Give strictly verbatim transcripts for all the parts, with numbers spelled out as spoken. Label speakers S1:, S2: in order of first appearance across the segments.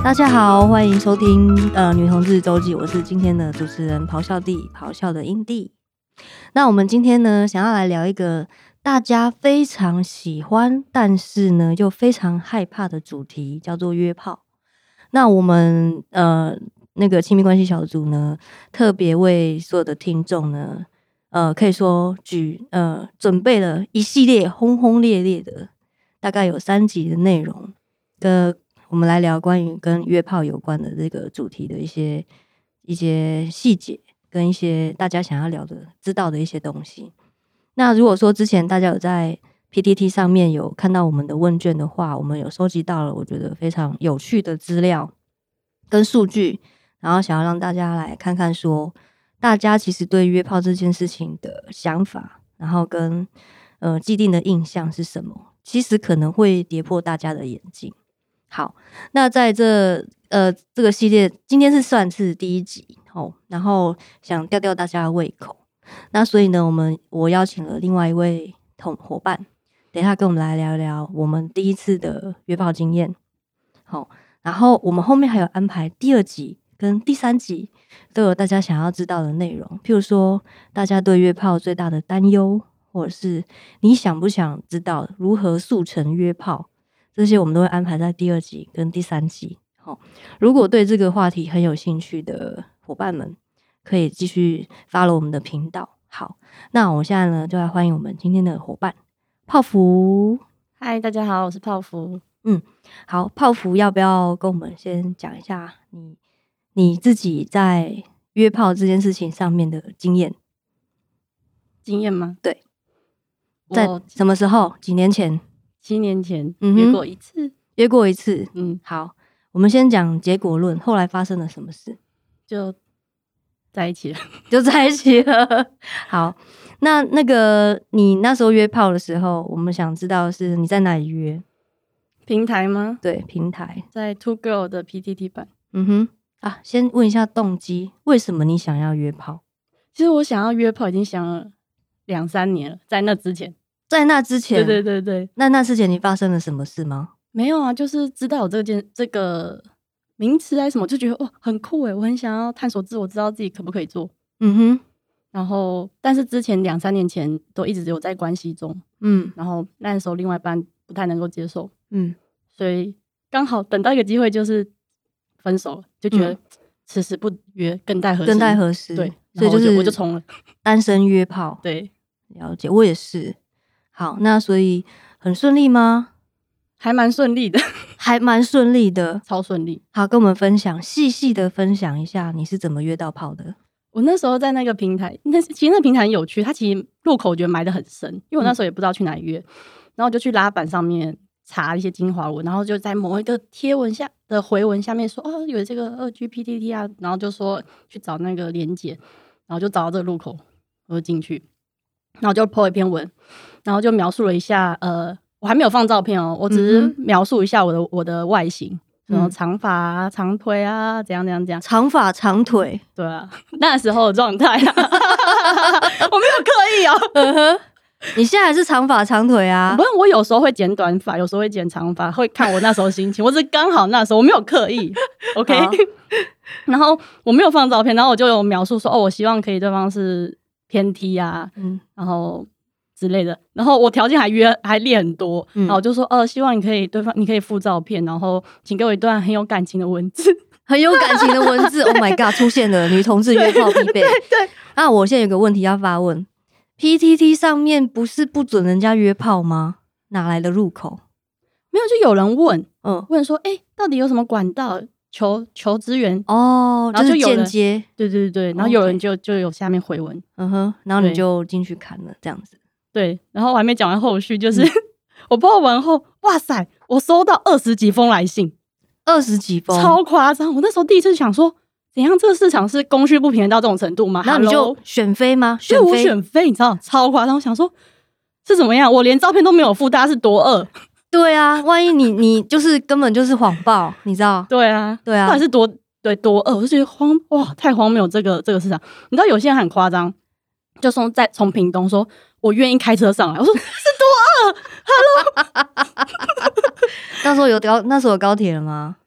S1: 大家好，欢迎收听呃女同志周记，我是今天的主持人咆哮帝，咆哮的阴帝。那我们今天呢，想要来聊一个大家非常喜欢，但是呢又非常害怕的主题，叫做约炮。那我们呃那个亲密关系小组呢，特别为所有的听众呢，呃可以说举呃准备了一系列轰轰烈烈的，大概有三集的内容，跟我们来聊关于跟约炮有关的这个主题的一些一些细节，跟一些大家想要聊的、知道的一些东西。那如果说之前大家有在 P T T 上面有看到我们的问卷的话，我们有收集到了我觉得非常有趣的资料跟数据，然后想要让大家来看看说，大家其实对约炮这件事情的想法，然后跟呃既定的印象是什么，其实可能会跌破大家的眼镜。好，那在这呃这个系列，今天是算是第一集哦，然后想吊吊大家的胃口，那所以呢，我们我邀请了另外一位同伙伴，等一下跟我们来聊聊我们第一次的约炮经验。好，然后我们后面还有安排第二集跟第三集，都有大家想要知道的内容，譬如说大家对约炮最大的担忧，或者是你想不想知道如何速成约炮。这些我们都会安排在第二集跟第三集。好，如果对这个话题很有兴趣的伙伴们，可以继续 follow 我们的频道。好，那我现在呢，就来欢迎我们今天的伙伴泡芙。
S2: 嗨，大家好，我是泡芙。
S1: 嗯，好，泡芙要不要跟我们先讲一下你你自己在约炮这件事情上面的经验？
S2: 经验吗？
S1: 对，在什么时候？几年前？
S2: 七年前约过一次，
S1: 嗯、约过一次。
S2: 嗯，
S1: 好，我们先讲结果论，后来发生了什么事？
S2: 就在一起了，
S1: 就在一起了。好，那那个你那时候约炮的时候，我们想知道是你在哪里约？
S2: 平台吗？
S1: 对，平台
S2: 在 Two Girl 的 P T T 版。
S1: 嗯哼，啊，先问一下动机，为什么你想要约炮？
S2: 其实我想要约炮已经想了两三年了，在那之前。
S1: 在那之前，
S2: 对对对对，
S1: 那那之前你发生了什么事吗？
S2: 没有啊，就是知道有这件这个名词还是什么，就觉得哇很酷诶，我很想要探索自我，知道自己可不可以做。
S1: 嗯哼，
S2: 然后但是之前两三年前都一直有在关系中，嗯，然后那时候另外一半不太能够接受，嗯，所以刚好等到一个机会就是分手了，就觉得此时不约更待何时，
S1: 更待何时，
S2: 对，
S1: 所以就是
S2: 我就冲了，
S1: 单身约炮，
S2: 对，
S1: 了解，我也是。好，那所以很顺利吗？
S2: 还蛮顺利的，
S1: 还蛮顺利的，
S2: 超顺利。
S1: 好，跟我们分享，细细的分享一下你是怎么约到炮的。
S2: 我那时候在那个平台，那其实那个平台很有趣，它其实入口我觉得埋得很深，因为我那时候也不知道去哪里约，嗯、然后就去拉板上面查一些精华文，然后就在某一个贴文下的回文下面说，哦，有这个二 G P T T 啊，然后就说去找那个连结，然后就找到这个入口，我就进去，然后就 po 一篇文。然后就描述了一下，呃，我还没有放照片哦，我只是描述一下我的、嗯、我的外形，什么长发啊、长腿啊，怎样怎样怎样。
S1: 长发长腿，
S2: 对啊，那时候的状态啊，我没有刻意哦。
S1: 嗯哼，你现在还是长发长腿啊？
S2: 不是，我有时候会剪短发，有时候会剪长发，会看我那时候心情。我只是刚好那时候我没有刻意 ，OK 。然后我没有放照片，然后我就有描述说，哦，我希望可以对方是偏 T 啊，嗯，然后。之类的，然后我条件还约还列很多，嗯、然后我就说，呃，希望你可以对方，你可以附照片，然后请给我一段很有感情的文字，
S1: 很有感情的文字。Oh my god， 出现了女同志约炮必备。对 对, 对。那我现在有个问题要发问 ：P T T 上面不是不准人家约炮吗？哪来的入口？
S2: 没有，就有人问，嗯，问说，哎、欸，到底有什么管道求求资源？
S1: 哦，然后就有人间接，
S2: 对对对，然后有人就、okay. 就有下面回文，
S1: 嗯哼，然后你就进去看了，这样子。
S2: 对，然后我还没讲完后续，就是、嗯、我播完后，哇塞，我收到二十几封来信，
S1: 二十几封，
S2: 超夸张！我那时候第一次想说，怎样这个市场是供需不平衡到这种程度吗？
S1: 然后你就选飞吗？
S2: 选飞，我选飞，你知道，超夸张！我想说是怎么样？我连照片都没有附，大家是多饿？
S1: 对啊，万一你你就是根本就是谎报，你知道？
S2: 对啊，
S1: 对啊，
S2: 到底是多对多饿？我就觉得荒哇，太荒谬！这个这个市场，你知道有些人很夸张，就从在从屏东说。我愿意开车上来，我说是多饿 ，Hello，
S1: 那时候有高那时候有高铁了吗？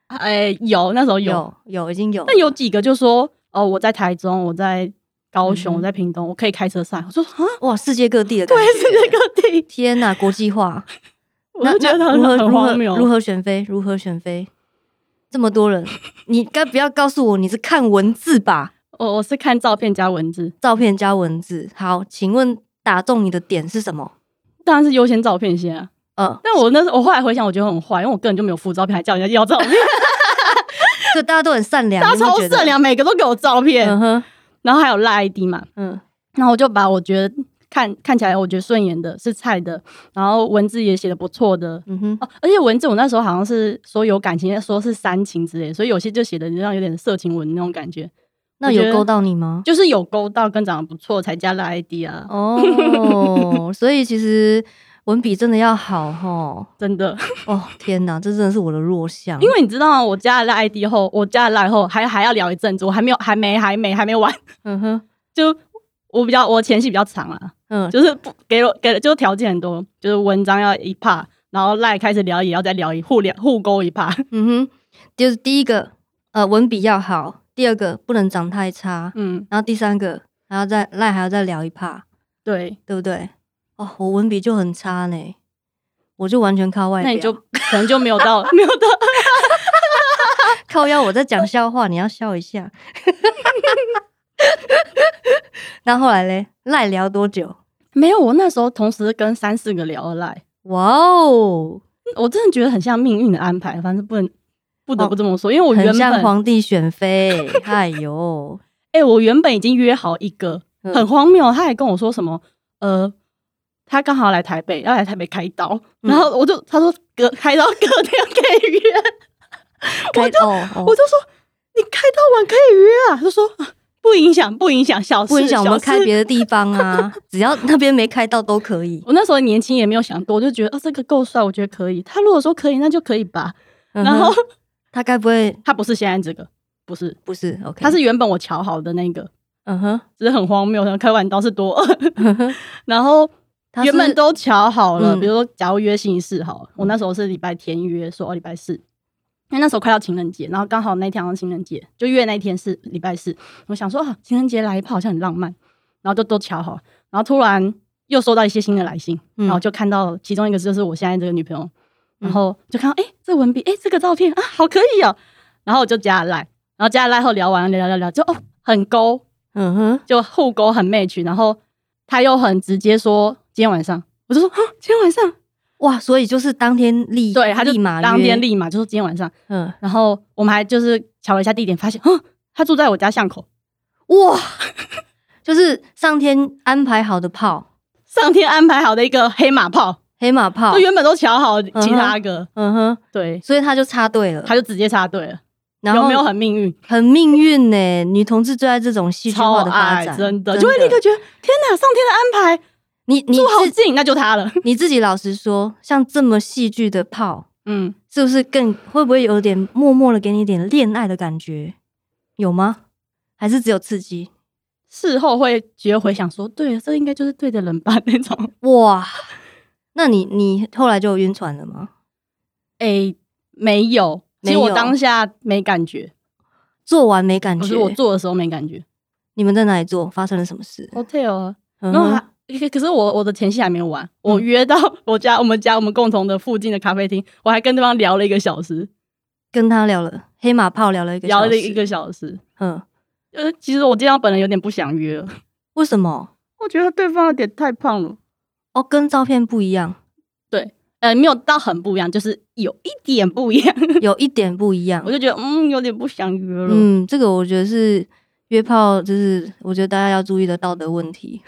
S2: 哎、欸，有那时候有
S1: 有有已经有，
S2: 但有几个就说哦，我在台中，我在高雄，
S1: 嗯、
S2: 我在屏东，我可以开车上。我说啊，
S1: 哇，世界各地的感觉，
S2: 对，世界各地，
S1: 天哪，国际化，
S2: 我就觉得很
S1: 如何
S2: 很荒谬，
S1: 如何选飞？如何选飞？这么多人，你该不要告诉我你是看文字吧？
S2: 我我是看照片加文字，
S1: 照片加文字。好，请问打中你的点是什么？
S2: 当然是优先照片先啊。嗯，但我那时我后来回想，我觉得很坏，因为我根本就没有附照片，还叫人家要照片。
S1: 所以大家都很善良，
S2: 大家超善良，每个都给我照片。嗯哼，然后还有赖 I D 嘛，嗯，然后我就把我觉得看看起来我觉得顺眼的是菜的，然后文字也写的不错的，嗯哼、哦，而且文字我那时候好像是说有感情，说是煽情之类的，所以有些就写的像有点色情文那种感觉。
S1: 那有勾到你吗？
S2: 就是有勾到，跟长得不错才加了 I D 啊。
S1: 哦，所以其实文笔真的要好齁，
S2: 真的。
S1: 哦天哪，这真的是我的弱项。
S2: 因为你知道，我加了 I D 后，我加了 Line 后，还还要聊一阵子，我还没有，还没，还没，还没完。嗯哼，就我比较，我前戏比较长啊。嗯，就是不给了给了，就条件很多，就是文章要一 part， 然后 Line 开始聊也要再聊一互聊互勾一 part。
S1: 嗯哼，就是第一个，呃，文笔要好。第二个不能长太差，嗯，然后第三个还要再赖还要再聊一趴，
S2: 对
S1: 对不对？哦，我文笔就很差呢，我就完全靠外表，
S2: 那你就可能就没有到没有到
S1: 靠腰我在讲笑话，你要笑一下。那后来嘞，赖聊多久？
S2: 没有，我那时候同时跟三四个聊赖，
S1: 哇哦，
S2: 我真的觉得很像命运的安排，反正不能。不得不这么说，因为我原本
S1: 很像皇帝选妃，哎呦，
S2: 哎、欸，我原本已经约好一个，很荒谬，他还跟我说什么，呃，他刚好来台北，要来台北开刀，嗯、然后我就他说隔开刀隔天可以约，我就、哦哦、我就说你开刀完可以约啊，他就说不影响不影响小事，
S1: 不影响我们开别的地方啊，只要那边没开刀都可以。
S2: 我那时候年轻也没有想多，我就觉得哦这个够帅，我觉得可以。他如果说可以，那就可以吧，嗯、然后。
S1: 他该不会？
S2: 他不是现在这个，不是，
S1: 不是 ，OK，
S2: 他是原本我瞧好的那个，嗯哼，只是很荒谬，开完刀是多二，然后原本都瞧好了，嗯、比如说假如约星期四好了，我那时候是礼拜天约，说哦礼拜四，因为那时候快到情人节，然后刚好那天好像情人节，就约那一天是礼拜四，我想说啊情人节来一炮好像很浪漫，然后就都瞧好，然后突然又收到一些新的来信，嗯、然后就看到其中一个就是我现在这个女朋友。然后就看到哎、欸，这文笔哎、欸，这个照片啊，好可以哦。然后我就加了 Line， 然后加了 Line 后聊完了，聊聊聊，就哦很勾，嗯哼，就互勾很 match。然后他又很直接说今天晚上，我就说啊今天晚上
S1: 哇，所以就是当天立
S2: 对，他就
S1: 立马
S2: 当天立马就说今天晚上，嗯。然后我们还就是瞧了一下地点，发现啊他住在我家巷口，
S1: 哇，就是上天安排好的炮，
S2: 上天安排好的一个黑马炮。
S1: 黑马炮
S2: 就原本都瞧好其他个，嗯哼，嗯对，
S1: 所以他就插队了，
S2: 他就直接插队了。
S1: 然后
S2: 有没有很命运？
S1: 很命运呢、欸，女同志最爱这种戏剧化的发展，
S2: 真的就会立刻觉得天哪，上天的安排，
S1: 你你
S2: 住好近，那就他了。
S1: 你自己老实说，像这么戏剧的炮，嗯，是不是更会不会有点默默的给你一点恋爱的感觉？有吗？还是只有刺激？
S2: 事后会觉得回想说，对，这应该就是对的人吧那种。
S1: 哇！那你你后来就晕船了吗？
S2: 哎、欸，没有，其实我当下没感觉，
S1: 做完没感觉。
S2: 可是我做的时候没感觉。
S1: 你们在哪里做？发生了什么事
S2: ？hotel 啊，然后还可是我我的前戏还没有完，嗯、我约到我家我们家我们共同的附近的咖啡厅，我还跟对方聊了一个小时，
S1: 跟他聊了黑马炮聊了一个小时
S2: 聊了一个小时。嗯，呃，其实我今天本人有点不想约了，
S1: 为什么？
S2: 我觉得对方有点太胖了。
S1: 哦，跟照片不一样，
S2: 对，呃，没有到很不一样，就是有一点不一样，
S1: 有一点不一样，
S2: 我就觉得嗯，有点不想约了。
S1: 嗯，这个我觉得是约炮，就是我觉得大家要注意的道德问题。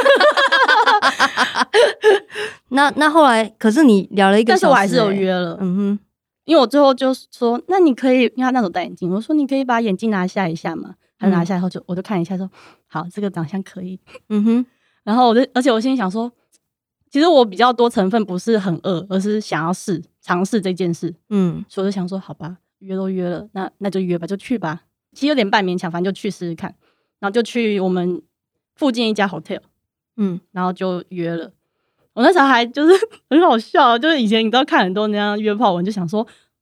S1: 那那后来，可是你聊了一个小时、欸，
S2: 但是我还是有约了，嗯哼，因为我最后就说，那你可以，因为他那时候戴眼镜，我说你可以把眼镜拿下一下嘛，他拿下以后就、嗯、我就看一下说，好，这个长相可以，嗯哼，然后我就，而且我心里想说。其实我比较多成分不是很饿，而是想要试尝试这件事，嗯，所以我就想说，好吧，约都约了，那那就约吧，就去吧。其实有点半勉强，反正就去试试看，然后就去我们附近一家 hotel， 嗯，然后就约了。我那时候还就是很好笑，就是以前你知道看很多那样约炮文，就想说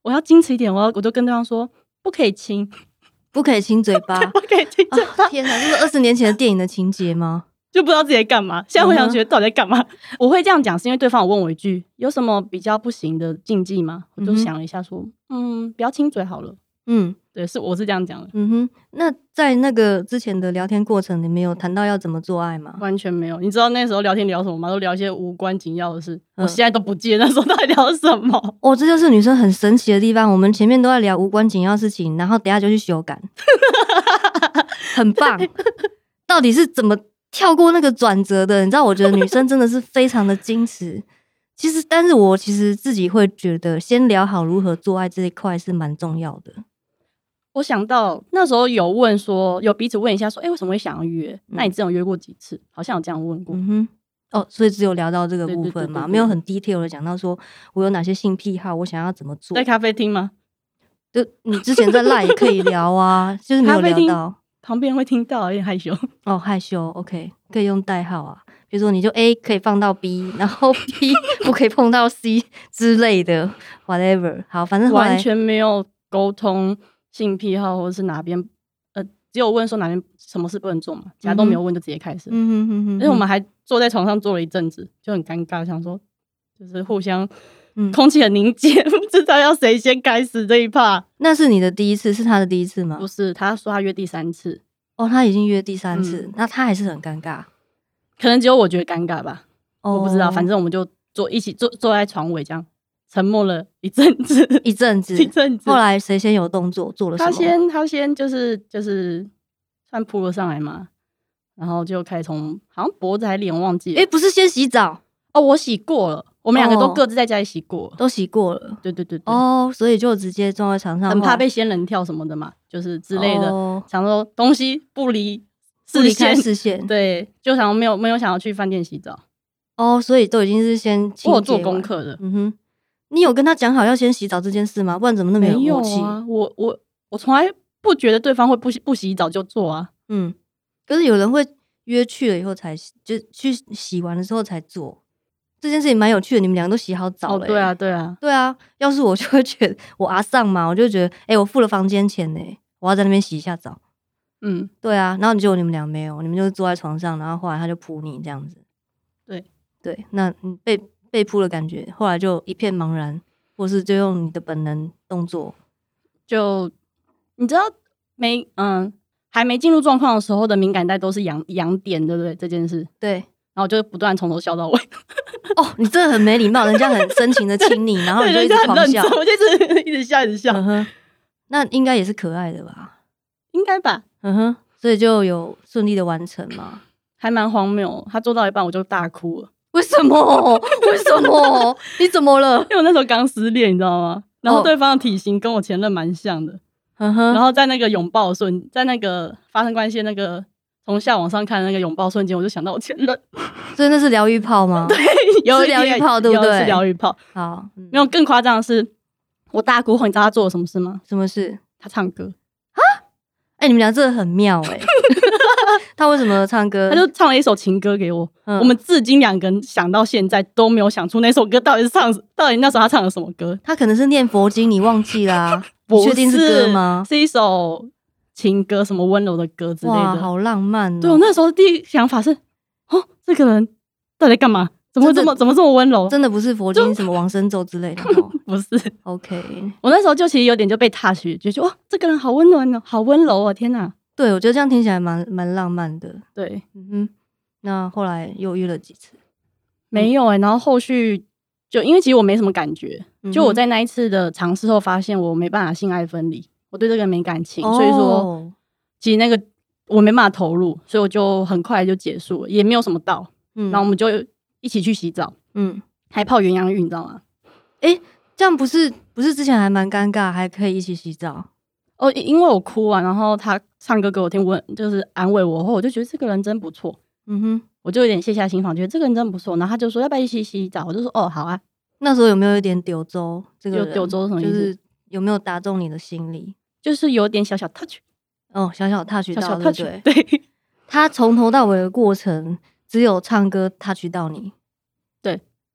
S2: 我要矜持一点，我要我就跟对方说不可以亲，
S1: 不可以亲嘴巴，
S2: 不可以亲嘴巴。
S1: 啊、天哪，这是二十年前的电影的情节吗？
S2: 就不知道自己在干嘛。现在我想觉得到底在干嘛？嗯、我会这样讲，是因为对方有问我一句：“有什么比较不行的禁忌吗？”我就想了一下，说：“嗯，不要亲嘴好了。”嗯，对，是我是这样讲的。
S1: 嗯哼，那在那个之前的聊天过程，你们有谈到要怎么做爱吗？
S2: 完全没有。你知道那时候聊天聊什么吗？都聊一些无关紧要的事。嗯、我现在都不记得那时候到底聊什么。
S1: 哦，这就是女生很神奇的地方。我们前面都在聊无关紧要的事情，然后等一下就去修改，很棒。到底是怎么跳过那个转折的？你知道，我觉得女生真的是非常的矜持。其实，但是我其实自己会觉得，先聊好如何做爱这一块是蛮重要的。
S2: 我想到那时候有问说，有彼此问一下说，哎、欸，为什么会想要约？嗯、那你之前有约过几次？好像有这样问过。
S1: 嗯哼，哦，所以只有聊到这个部分嘛，
S2: 对对对对对，
S1: 没有很 detail 的讲到说我有哪些性癖好，我想要怎么做。
S2: 在咖啡厅吗？
S1: 就你之前在 LINE 也可以聊啊，就是没有聊到。
S2: 旁边会听到，有点害羞。
S1: 哦，害羞 ，OK， 可以用代号啊，比如说你就 A 可以放到 B， 然后 B 不可以碰到 C 之类的 ，whatever。好，反正后来
S2: 完全没有沟通性癖好或者是哪边，呃，只有问说哪边什么事不能做嘛，其他都没有问，就直接开始。嗯哼哼哼。而且我们还坐在床上坐了一阵子，就很尴尬，想说就是互相。嗯，空气很凝结，不知道要谁先开始这一趴。
S1: 那是你的第一次，是他的第一次吗？
S2: 不是，他说他约第三次。
S1: 哦，他已经约第三次，嗯、那他还是很尴尬。
S2: 可能只有我觉得尴尬吧，哦、我不知道。反正我们就坐一起坐坐在床尾，这样沉默了一阵子，
S1: 一阵子，
S2: 一阵子。
S1: 后来谁先有动作，做了什么？
S2: 他先，他先就是就是算扑了上来嘛，然后就开始从好像脖子还脸忘记了。
S1: 哎、欸，不是先洗澡
S2: 哦，我洗过了。我们两个都各自在家里洗过、哦，
S1: 都洗过了。
S2: 对对对对。
S1: 哦，所以就直接撞在床上，
S2: 很怕被仙人跳什么的嘛，就是之类的。哦、想说东西不离视线，
S1: 视线。
S2: 对，就想没有没有想要去饭店洗澡。
S1: 哦，所以都已经是先清洁完。
S2: 我有做功课的。
S1: 嗯哼，你有跟他讲好要先洗澡这件事吗？不然怎么那么有默契？
S2: 没有啊，我我我从来不觉得对方会不不洗澡就做啊。
S1: 嗯，可是有人会约去了以后才就去洗完了之后才做。这件事情蛮有趣的，你们两个都洗好澡了、欸。
S2: 哦，对啊，对啊，
S1: 对啊。要是我就会觉得我阿桑嘛，我就觉得，哎、欸，我付了房间钱呢、欸，我要在那边洗一下澡。嗯，对啊。然后结果你们俩没有，你们就坐在床上，然后后来他就扑你这样子。
S2: 对
S1: 对，那你被被扑的感觉，后来就一片茫然，或是就用你的本能动作，
S2: 就你知道没？嗯，还没进入状况的时候的敏感带都是痒痒点，对不对？这件事，
S1: 对。
S2: 然后就不断从头笑到尾。
S1: 哦，你真的很没礼貌，人家很深情的亲你，然后你就一直狂笑，
S2: 我就一直一直笑，一直笑。
S1: 嗯哼，那应该也是可爱的吧？
S2: 应该吧。
S1: 嗯哼，所以就有顺利的完成嘛？
S2: 还蛮荒谬，他做到一半我就大哭了。
S1: 为什么？为什么？你怎么了？
S2: 因为我那时候刚失恋，你知道吗？然后对方的体型跟我前任蛮像的。嗯哼，然后在那个拥抱瞬，在那个发生关系的那个。从下往上看的那个拥抱瞬间，我就想到我前任，
S1: 所以那是疗愈炮吗？
S2: 对，有
S1: 疗愈炮，对不对？
S2: 是疗愈炮。
S1: 好，
S2: 嗯、没有更夸张的是，我大姑后，你知道他做了什么事吗？
S1: 什么事？
S2: 他唱歌
S1: 啊！哎、欸，你们俩真的很妙哎、欸。他为什么唱歌？
S2: 他就唱了一首情歌给我。嗯、我们至今两个人想到现在都没有想出那首歌到底是唱，到底那时候他唱了什么歌？
S1: 他可能是念佛经，你忘记啦、啊？你确定是歌吗？
S2: 是一首。情歌，什么温柔的歌之类的，
S1: 哇，好浪漫哦！
S2: 对，我那时候第一想法是，哦，这个人到底干嘛？怎么会这么怎么这么温柔？
S1: 真的不是佛经什么往生咒之类的、哦，
S2: 不是。
S1: OK，
S2: 我那时候就其实有点就被 touch， 就觉得哇，这个人好温暖哦，好温柔哦，天哪！
S1: 对，我觉得这样听起来蛮蛮浪漫的。
S2: 对，
S1: 嗯哼。那后来又约了几次？
S2: 没有哎、欸，然后后续就因为其实我没什么感觉，嗯、就我在那一次的尝试后发现我没办法性爱分离。我对这个人没感情，哦、所以说其实那个我没办法投入，所以我就很快就结束了，也没有什么到。嗯，然后我们就一起去洗澡，嗯，还泡鸳鸯浴，你知道吗？
S1: 哎、欸，这样不是不是之前还蛮尴尬，还可以一起洗澡
S2: 哦？因为我哭啊，然后他唱歌给我听，我就是安慰我后，我就觉得这个人真不错。嗯哼，我就有点卸下心防，觉得这个人真不错。然后他就说要不要一起洗澡，我就说哦好啊。
S1: 那时候有没有一点丢周？这个
S2: 有丢周什么意思？
S1: 就是有没有打中你的心里？
S2: 就是有点小小 touch，
S1: 哦，小小 touch 到，
S2: 小小 touch，
S1: 对对。
S2: 对，
S1: 他从头到尾的过程只有唱歌 touch 到你，
S2: 对，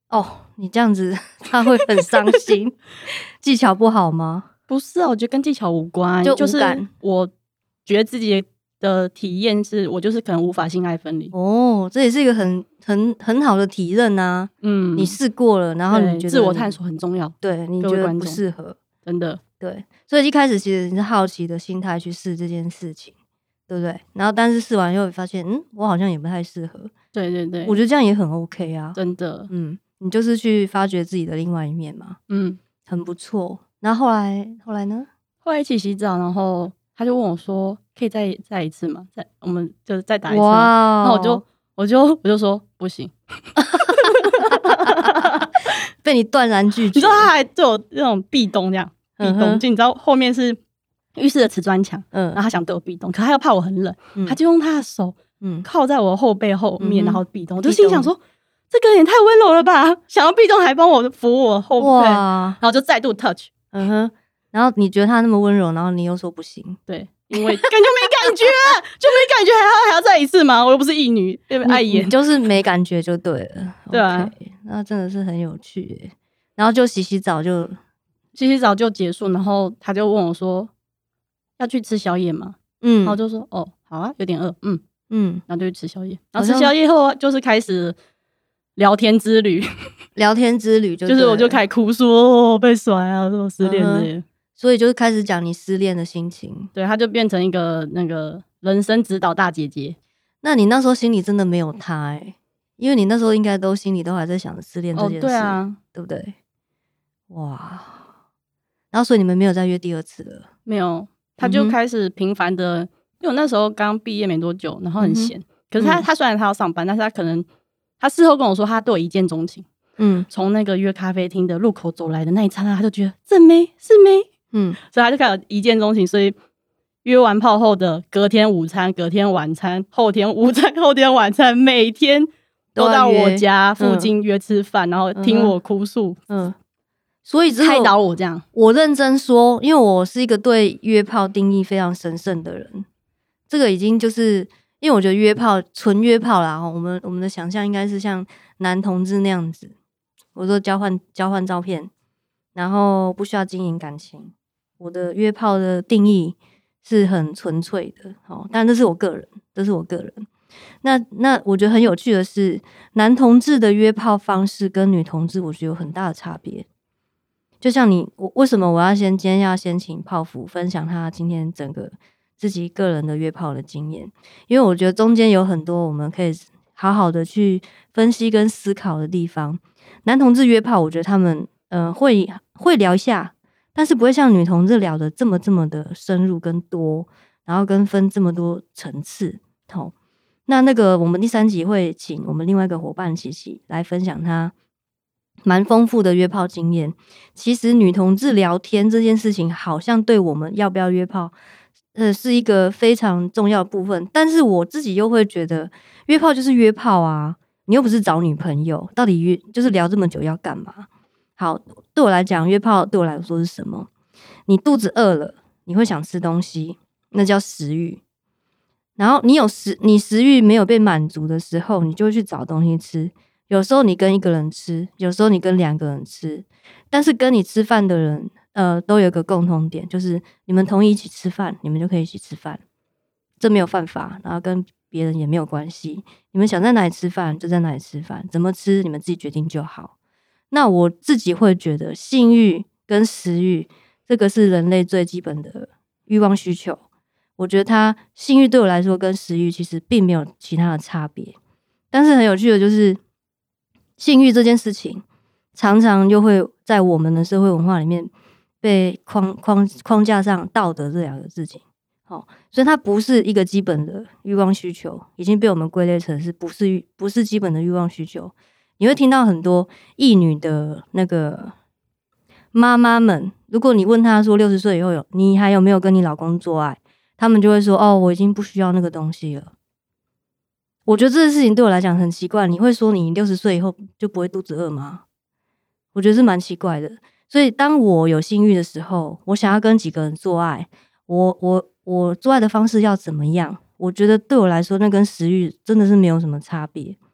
S1: 哦，你这样子他会很伤心。技巧不好吗？
S2: 不是啊，我觉得跟技巧无关，
S1: 就
S2: 就是
S1: 无感。
S2: 我觉得自己的体验是我就是可能无法性爱分离。
S1: 哦，这也是一个很很很好的体认啊。嗯，你试过了，然后你觉得
S2: 自我探索很重要。
S1: 对，你觉得不适合，
S2: 真的
S1: 对。所以一开始其实你是好奇的心态去试这件事情，对不对？然后但是试完以后发现，嗯，我好像也不太适合。
S2: 对对对，
S1: 我觉得这样也很 OK 啊，
S2: 真的。
S1: 嗯，你就是去发掘自己的另外一面嘛，
S2: 嗯，
S1: 很不错。然后后来后来呢？
S2: 后来一起洗澡，然后他就问我说：“可以再再一次吗？再我们就再打一次吗？”然后我就我就我就说不行，
S1: 被你断然拒绝。
S2: 你知道他还对我那种壁咚这样壁咚，就你知道后面是浴室的瓷砖墙，嗯，然后他想对我壁咚，可他又怕我很冷，嗯、他就用他的手嗯靠在我后背后面，嗯、然后壁咚。我就心想说。这个也太温柔了吧！想要壁咚还帮我扶我后背，然后就再度 touch，
S1: 嗯哼。然后你觉得他那么温柔，然后你又说不行，
S2: 对，因为感觉没感觉，就没感觉，还要还要再一次吗？我又不是异女，对不对？碍眼，
S1: 就是没感觉就对了。
S2: 对啊，
S1: okay, 那真的是很有趣耶。然后就洗洗澡就，就
S2: 洗洗澡就结束，然后他就问我说：“要去吃宵夜吗？”嗯，然后就说：“哦，好啊，有点饿。”嗯嗯，然后就去吃宵夜。然后吃宵夜后就是开始。聊天之旅，
S1: 聊天之旅就
S2: 就是我就开始哭说、哦、被甩啊，说失恋之类的、嗯，
S1: 所以就是开始讲你失恋的心情。
S2: 对，他就变成一个那个人生指导大姐姐。
S1: 那你那时候心里真的没有他哎、欸，因为你那时候应该都心里都还在想着失恋这件事、哦，
S2: 对啊，
S1: 对不对？哇，然后所以你们没有再约第二次了？
S2: 没有，他就开始频繁的，嗯、因为我那时候刚毕业没多久，然后很闲、嗯，可是他他虽然他要上班，但是他可能。他事后跟我说，他对我一见钟情。嗯，从那个约咖啡厅的路口走来的那一刹那，他就觉得这妹是妹。嗯，所以他就开始一见钟情。所以约完炮后的隔天午餐、隔天晚餐、后天午餐、后天晚餐，每天都到我家附近约吃饭、嗯，然后听我哭诉。嗯，
S1: 所以
S2: 开导我这样。
S1: 我认真说，因为我是一个对约炮定义非常神圣的人，这个已经就是。因为我觉得约炮纯约炮啦，我们我们的想象应该是像男同志那样子，我说交换交换照片，然后不需要经营感情。我的约炮的定义是很纯粹的，哦，但这是我个人，这是我个人。那那我觉得很有趣的是，男同志的约炮方式跟女同志，我觉得有很大的差别。就像你，我为什么我要先今天要先请泡芙分享他今天整个。自己个人的约炮的经验，因为我觉得中间有很多我们可以好好的去分析跟思考的地方。男同志约炮，我觉得他们呃会会聊一下，但是不会像女同志聊的这么这么的深入跟多，然后跟分这么多层次。好，那那个我们第三集会请我们另外一个伙伴琪琪来分享他蛮丰富的约炮经验。其实女同志聊天这件事情，好像对我们要不要约炮。呃，是一个非常重要的部分，但是我自己又会觉得约炮就是约炮啊，你又不是找女朋友，到底约就是聊这么久要干嘛？好，对我来讲，约炮对我来说是什么？你肚子饿了，你会想吃东西，那叫食欲。然后你有食，你食欲没有被满足的时候，你就会去找东西吃。有时候你跟一个人吃，有时候你跟两个人吃，但是跟你吃饭的人。呃，都有一个共同点，就是你们同意一起吃饭，你们就可以一起吃饭，这没有犯法，然后跟别人也没有关系。你们想在哪里吃饭就在哪里吃饭，怎么吃你们自己决定就好。那我自己会觉得，性欲跟食欲，这个是人类最基本的欲望需求。我觉得它性欲对我来说跟食欲其实并没有其他的差别，但是很有趣的就是，性欲这件事情，常常又会在我们的社会文化里面。被框框框架上道德这两个事情，好，所以它不是一个基本的欲望需求，已经被我们归类成是不是不是基本的欲望需求。你会听到很多异女的那个妈妈们，如果你问她说六十岁以后有你还有没有跟你老公做爱，他们就会说哦，我已经不需要那个东西了。我觉得这个事情对我来讲很奇怪，你会说你六十岁以后就不会肚子饿吗？我觉得是蛮奇怪的。所以当我有性欲的时候，我想要跟几个人做爱，我我我做爱的方式要怎么样？我觉得对我来说，那跟食欲真的是没有什么差别。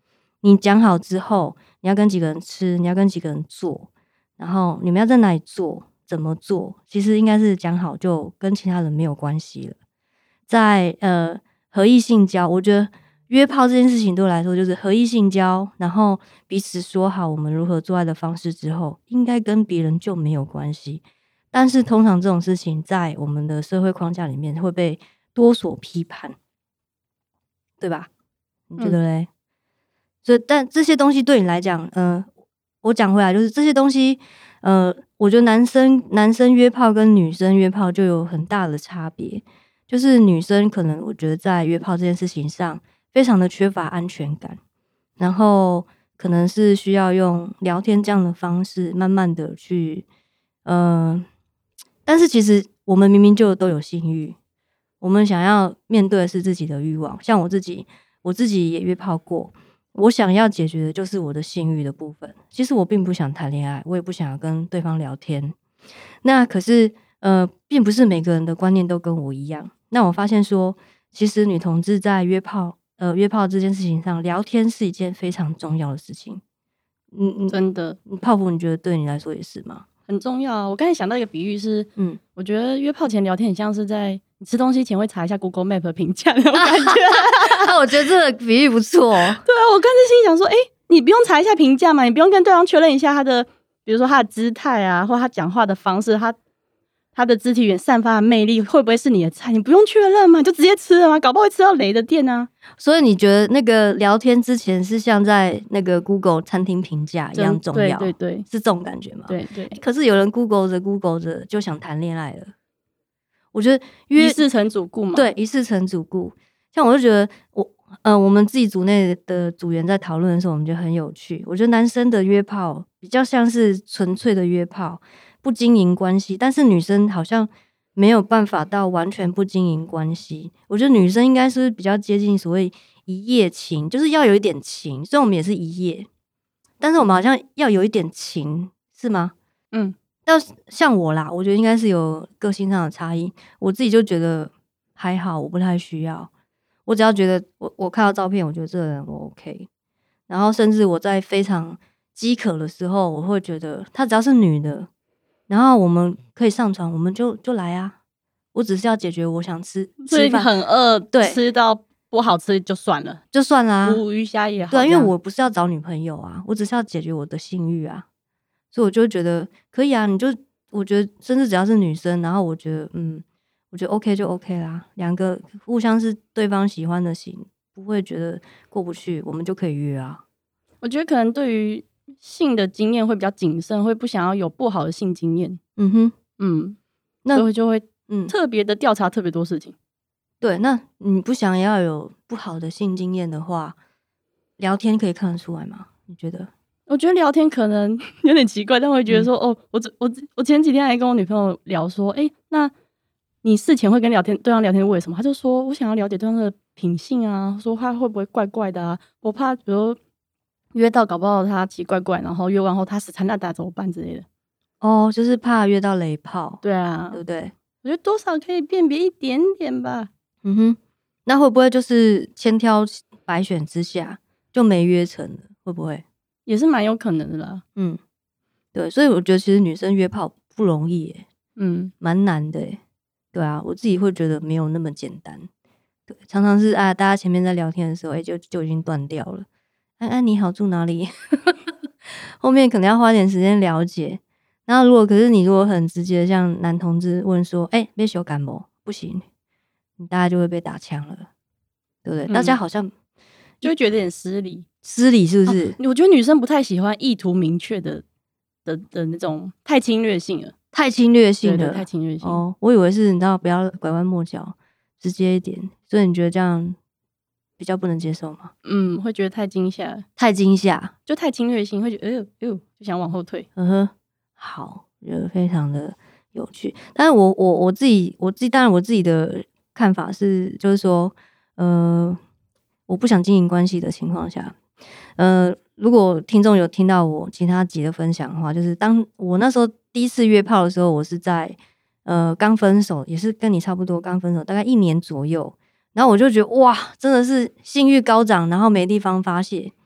S1: 你讲好之后，你要跟几个人吃，你要跟几个人做，然后你们要在哪里做，怎么做，其实应该是讲好就跟其他人没有关系了。在呃合意性交，我觉得约炮这件事情对我来说就是合意性交，然后彼此说好我们如何做爱的方式之后，应该跟别人就没有关系。但是通常这种事情在我们的社会框架里面会被多所批判，对吧？你觉得嘞？嗯、所以但这些东西对你来讲，呃，我讲回来就是这些东西，呃，我觉得男生男生约炮跟女生约炮就有很大的差别。就是女生可能我觉得在约炮这件事情上非常的缺乏安全感，然后可能是需要用聊天这样的方式慢慢的去呃，但是其实我们明明就都有性欲，我们想要面对的是自己的欲望。像我自己我自己也约炮过，我想要解决的就是我的性欲的部分。其实我并不想谈恋爱，我也不想要跟对方聊天，那可是呃，并不是每个人的观念都跟我一样。那我发现说，其实女同志在约炮，呃，约炮这件事情上，聊天是一件非常重要的事情。嗯嗯，
S2: 真的，
S1: 泡芙，你觉得对你来说也是吗？
S2: 很重要啊！我刚才想到一个比喻是，嗯，我觉得约炮前聊天很像是在你吃东西前会查一下 Google Map 评价那种感觉。
S1: 我觉得这个比喻不错。对
S2: 啊，我刚才心里想说，哎、欸，你不用查一下评价嘛？你不用跟对方确认一下他的，比如说他的姿态啊，或他讲话的方式，他。他的肢体语言散发的魅力会不会是你的菜？你不用确认吗？就直接吃了吗？搞不好会吃到雷的店啊！
S1: 所以你觉得那个聊天之前是像在那个 Google 餐厅评价一样重要？
S2: 对对对，
S1: 是这种感觉吗？
S2: 对对。
S1: 可是有人 Google 着 Google 着就想谈恋爱了，我觉得
S2: 一试成主顾嘛。
S1: 对，一试成主顾。像我就觉得我呃，我们自己组内的组员在讨论的时候，我们觉得很有趣。我觉得男生的约炮比较像是纯粹的约炮。不经营关系，但是女生好像没有办法到完全不经营关系。我觉得女生应该是比较接近所谓一夜情，就是要有一点情。虽然我们也是一夜，但是我们好像要有一点情，是吗？嗯，但像我啦，我觉得应该是有个性上的差异。我自己就觉得还好，我不太需要。我只要觉得我我看到照片，我觉得这个人我 OK， 然后甚至我在非常饥渴的时候，我会觉得她只要是女的。然后我们可以上床，我们就就来啊！我只是要解决我想吃，
S2: 所以很饿，
S1: 对，
S2: 吃到不好吃就算了，
S1: 就算啦、啊，
S2: 无鱼虾也好。
S1: 对，因为我不是要找女朋友啊，我只是要解决我的性欲啊，所以我就觉得可以啊。你就我觉得，甚至只要是女生，然后我觉得，嗯，我觉得 OK 就 OK 啦，两个互相是对方喜欢的型，不会觉得过不去，我们就可以约啊。
S2: 我觉得可能对于性的经验会比较谨慎，会不想要有不好的性经验。嗯哼，嗯，那所以就会嗯特别的调查特别多事情。
S1: 对，那你不想要有不好的性经验的话，聊天可以看得出来吗？你觉得？
S2: 我觉得聊天可能有点奇怪，但我会觉得说，嗯、哦，我我我前几天还跟我女朋友聊说，哎、欸，那你事前会跟聊天对方聊天为什么？他就说我想要了解对方的品性啊，说他会不会怪怪的啊，我怕比如约到搞不好他奇怪怪，然后约完后他死缠烂打怎么办之类的。
S1: 哦，就是怕约到雷炮。
S2: 对啊，
S1: 对不对？
S2: 我觉得多少可以辨别一点点吧。
S1: 嗯哼，那会不会就是千挑百选之下就没约成了？会不会？
S2: 也是蛮有可能的啦。
S1: 嗯，对，所以我觉得其实女生约炮不容易耶，嗯，蛮难的耶。对啊，我自己会觉得没有那么简单。对，常常是啊，大家前面在聊天的时候，哎、欸，就就已经断掉了。安安你好，住哪里？后面可能要花点时间了解。然后如果可是你如果很直接像男同志问说，哎、欸，被修感冒不行，你大家就会被打枪了，对不对？嗯、大家好像
S2: 就会觉得有点失礼，
S1: 失礼是不是、
S2: 啊？我觉得女生不太喜欢意图明确的的的那种太侵略性了，
S1: 太侵略性的，
S2: 对对太侵略性
S1: 哦。我以为是你知道不要拐弯抹角，直接一点，所以你觉得这样比较不能接受吗？
S2: 嗯，会觉得太惊吓，
S1: 太惊吓，
S2: 就太侵略性，会觉得哎呦哎呦，就想往后退。
S1: 嗯哼，好，觉得非常的有趣。但是我我我自己我自己当然我自己的看法是，就是说，呃，我不想经营关系的情况下，呃，如果听众有听到我其他集的分享的话，就是当我那时候第一次约炮的时候，我是在呃刚分手，也是跟你差不多刚分手，大概一年左右。然后我就觉得哇，真的是性欲高涨，然后没地方发泄。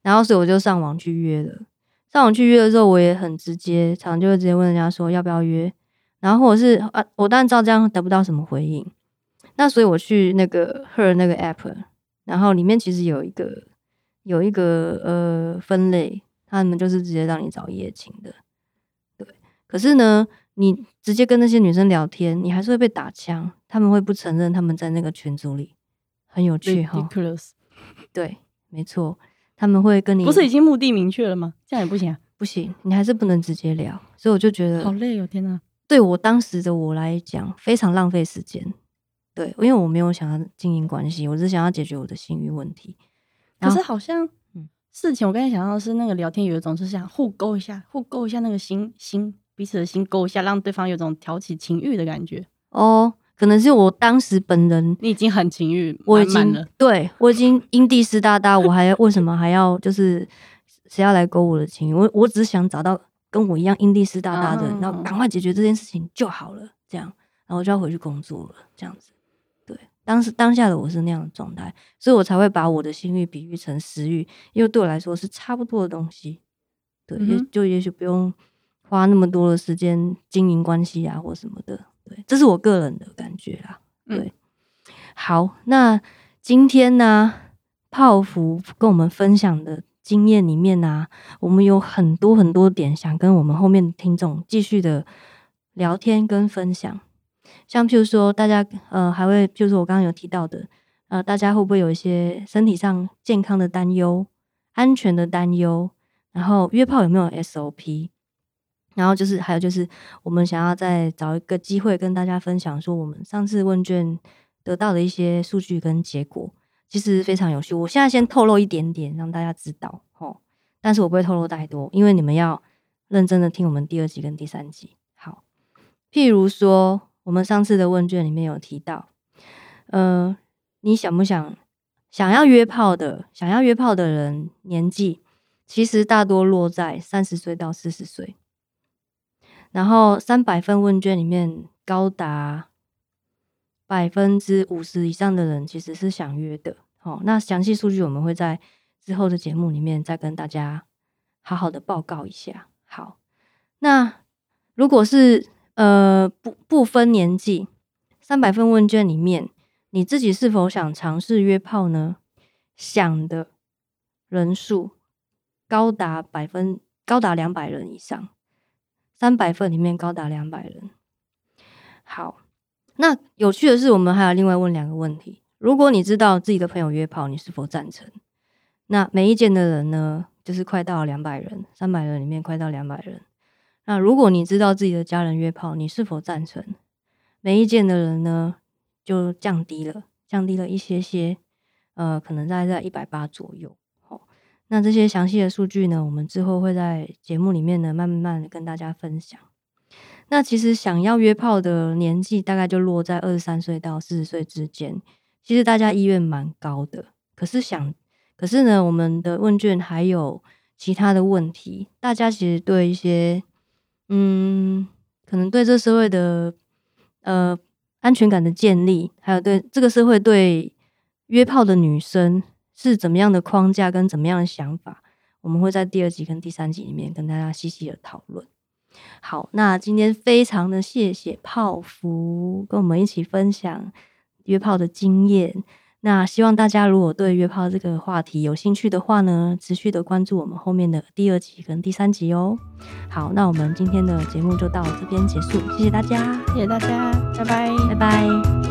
S1: 然后所以我就上网去约了。上网去约的时候，我也很直接，常常就会直接问人家说要不要约，然后或者是啊，我当然知道这样得不到什么回应，那所以我去那个 Her 那个 app， 然后里面其实有一个有一个呃分类，他们就是直接让你找一夜情的，对。可是呢，你直接跟那些女生聊天，你还是会被打枪，他们会不承认他们在那个群组里，很有趣哈。对，没错，他们会跟你
S2: 不是已经目的明确了吗？这样也不行啊？
S1: 不行，你还是不能直接聊，所以我就觉得
S2: 好累哦，天哪！
S1: 对我当时的我来讲，非常浪费时间。对，因为我没有想要经营关系，我只想要解决我的性欲问题。
S2: 可是好像事情，我刚才想到的是那个聊天有一种是想互勾一下，互勾一下那个心心彼此的心勾一下，让对方有种挑起情欲的感觉。
S1: 哦，可能是我当时本人，
S2: 你已经很情欲
S1: 我已经
S2: 满满了，
S1: 对我已经阴蒂湿哒哒，我还为什么还要就是谁要来勾我的情欲？我我只是想找到跟我一样阴蒂湿哒哒的人，
S2: 嗯
S1: 然后赶快解决这件事情就好了，这样，然后我就要回去工作了，这样子。对，当时当下的我是那样的状态，所以我才会把我的性欲比喻成食欲，因为对我来说是差不多的东西。对，嗯、也就也许不用花那么多的时间经营关系啊或什么的。对，这是我个人的感觉啦。对，嗯、好，那今天呢，泡芙跟我们分享的经验里面啊，我们有很多很多点想跟我们后面的听众继续的聊天跟分享。像譬如说大家呃还会譬如说我刚刚有提到的呃大家会不会有一些身体上健康的担忧、安全的担忧，然后约炮有没有 S O P， 然后就是还有就是我们想要再找一个机会跟大家分享说我们上次问卷得到的一些数据跟结果，其实非常有趣。我现在先透露一点点让大家知道齁，但是我不会透露太多，因为你们要认真的听我们第二集跟第三集。好，譬如说我们上次的问卷里面有提到，呃，你想不想想要约炮的想要约炮的人年纪，其实大多落在三十岁到四十岁，然后三百份问卷里面高达百分之五十以上的人其实是想约的。好、哦，那详细数据我们会在之后的节目里面再跟大家好好的报告一下。好，那如果是呃，不不分年纪，三百份问卷里面，你自己是否想尝试约炮呢？想的人数高达百分高达两百人以上，三百份里面高达两百人。好，那有趣的是，我们还有另外问两个问题：如果你知道自己的朋友约炮，你是否赞成？那没意见的人呢，就是快到两百人，三百人里面快到两百人。那如果你知道自己的家人约炮，你是否赞成？没意见的人呢，就降低了，降低了一些些，呃，可能在在一百八左右。哦，那这些详细的数据呢，我们之后会在节目里面呢，慢慢的跟大家分享。那其实想要约炮的年纪大概就落在二十三岁到四十岁之间，其实大家意愿蛮高的。可是想，可是呢，我们的问卷还有其他的问题，大家其实对一些嗯，可能对这社会的呃安全感的建立，还有对这个社会对约炮的女生是怎么样的框架跟怎么样的想法，我们会在第二集跟第三集里面跟大家细细的讨论。好，那今天非常的谢谢泡芙跟我们一起分享约炮的经验。那希望大家如果对约炮这个话题有兴趣的话呢，持续的关注我们后面的第二集跟第三集哦。好，那我们今天的节目就到这边结束，谢谢大家，
S2: 谢谢大家，拜拜，
S1: 拜拜。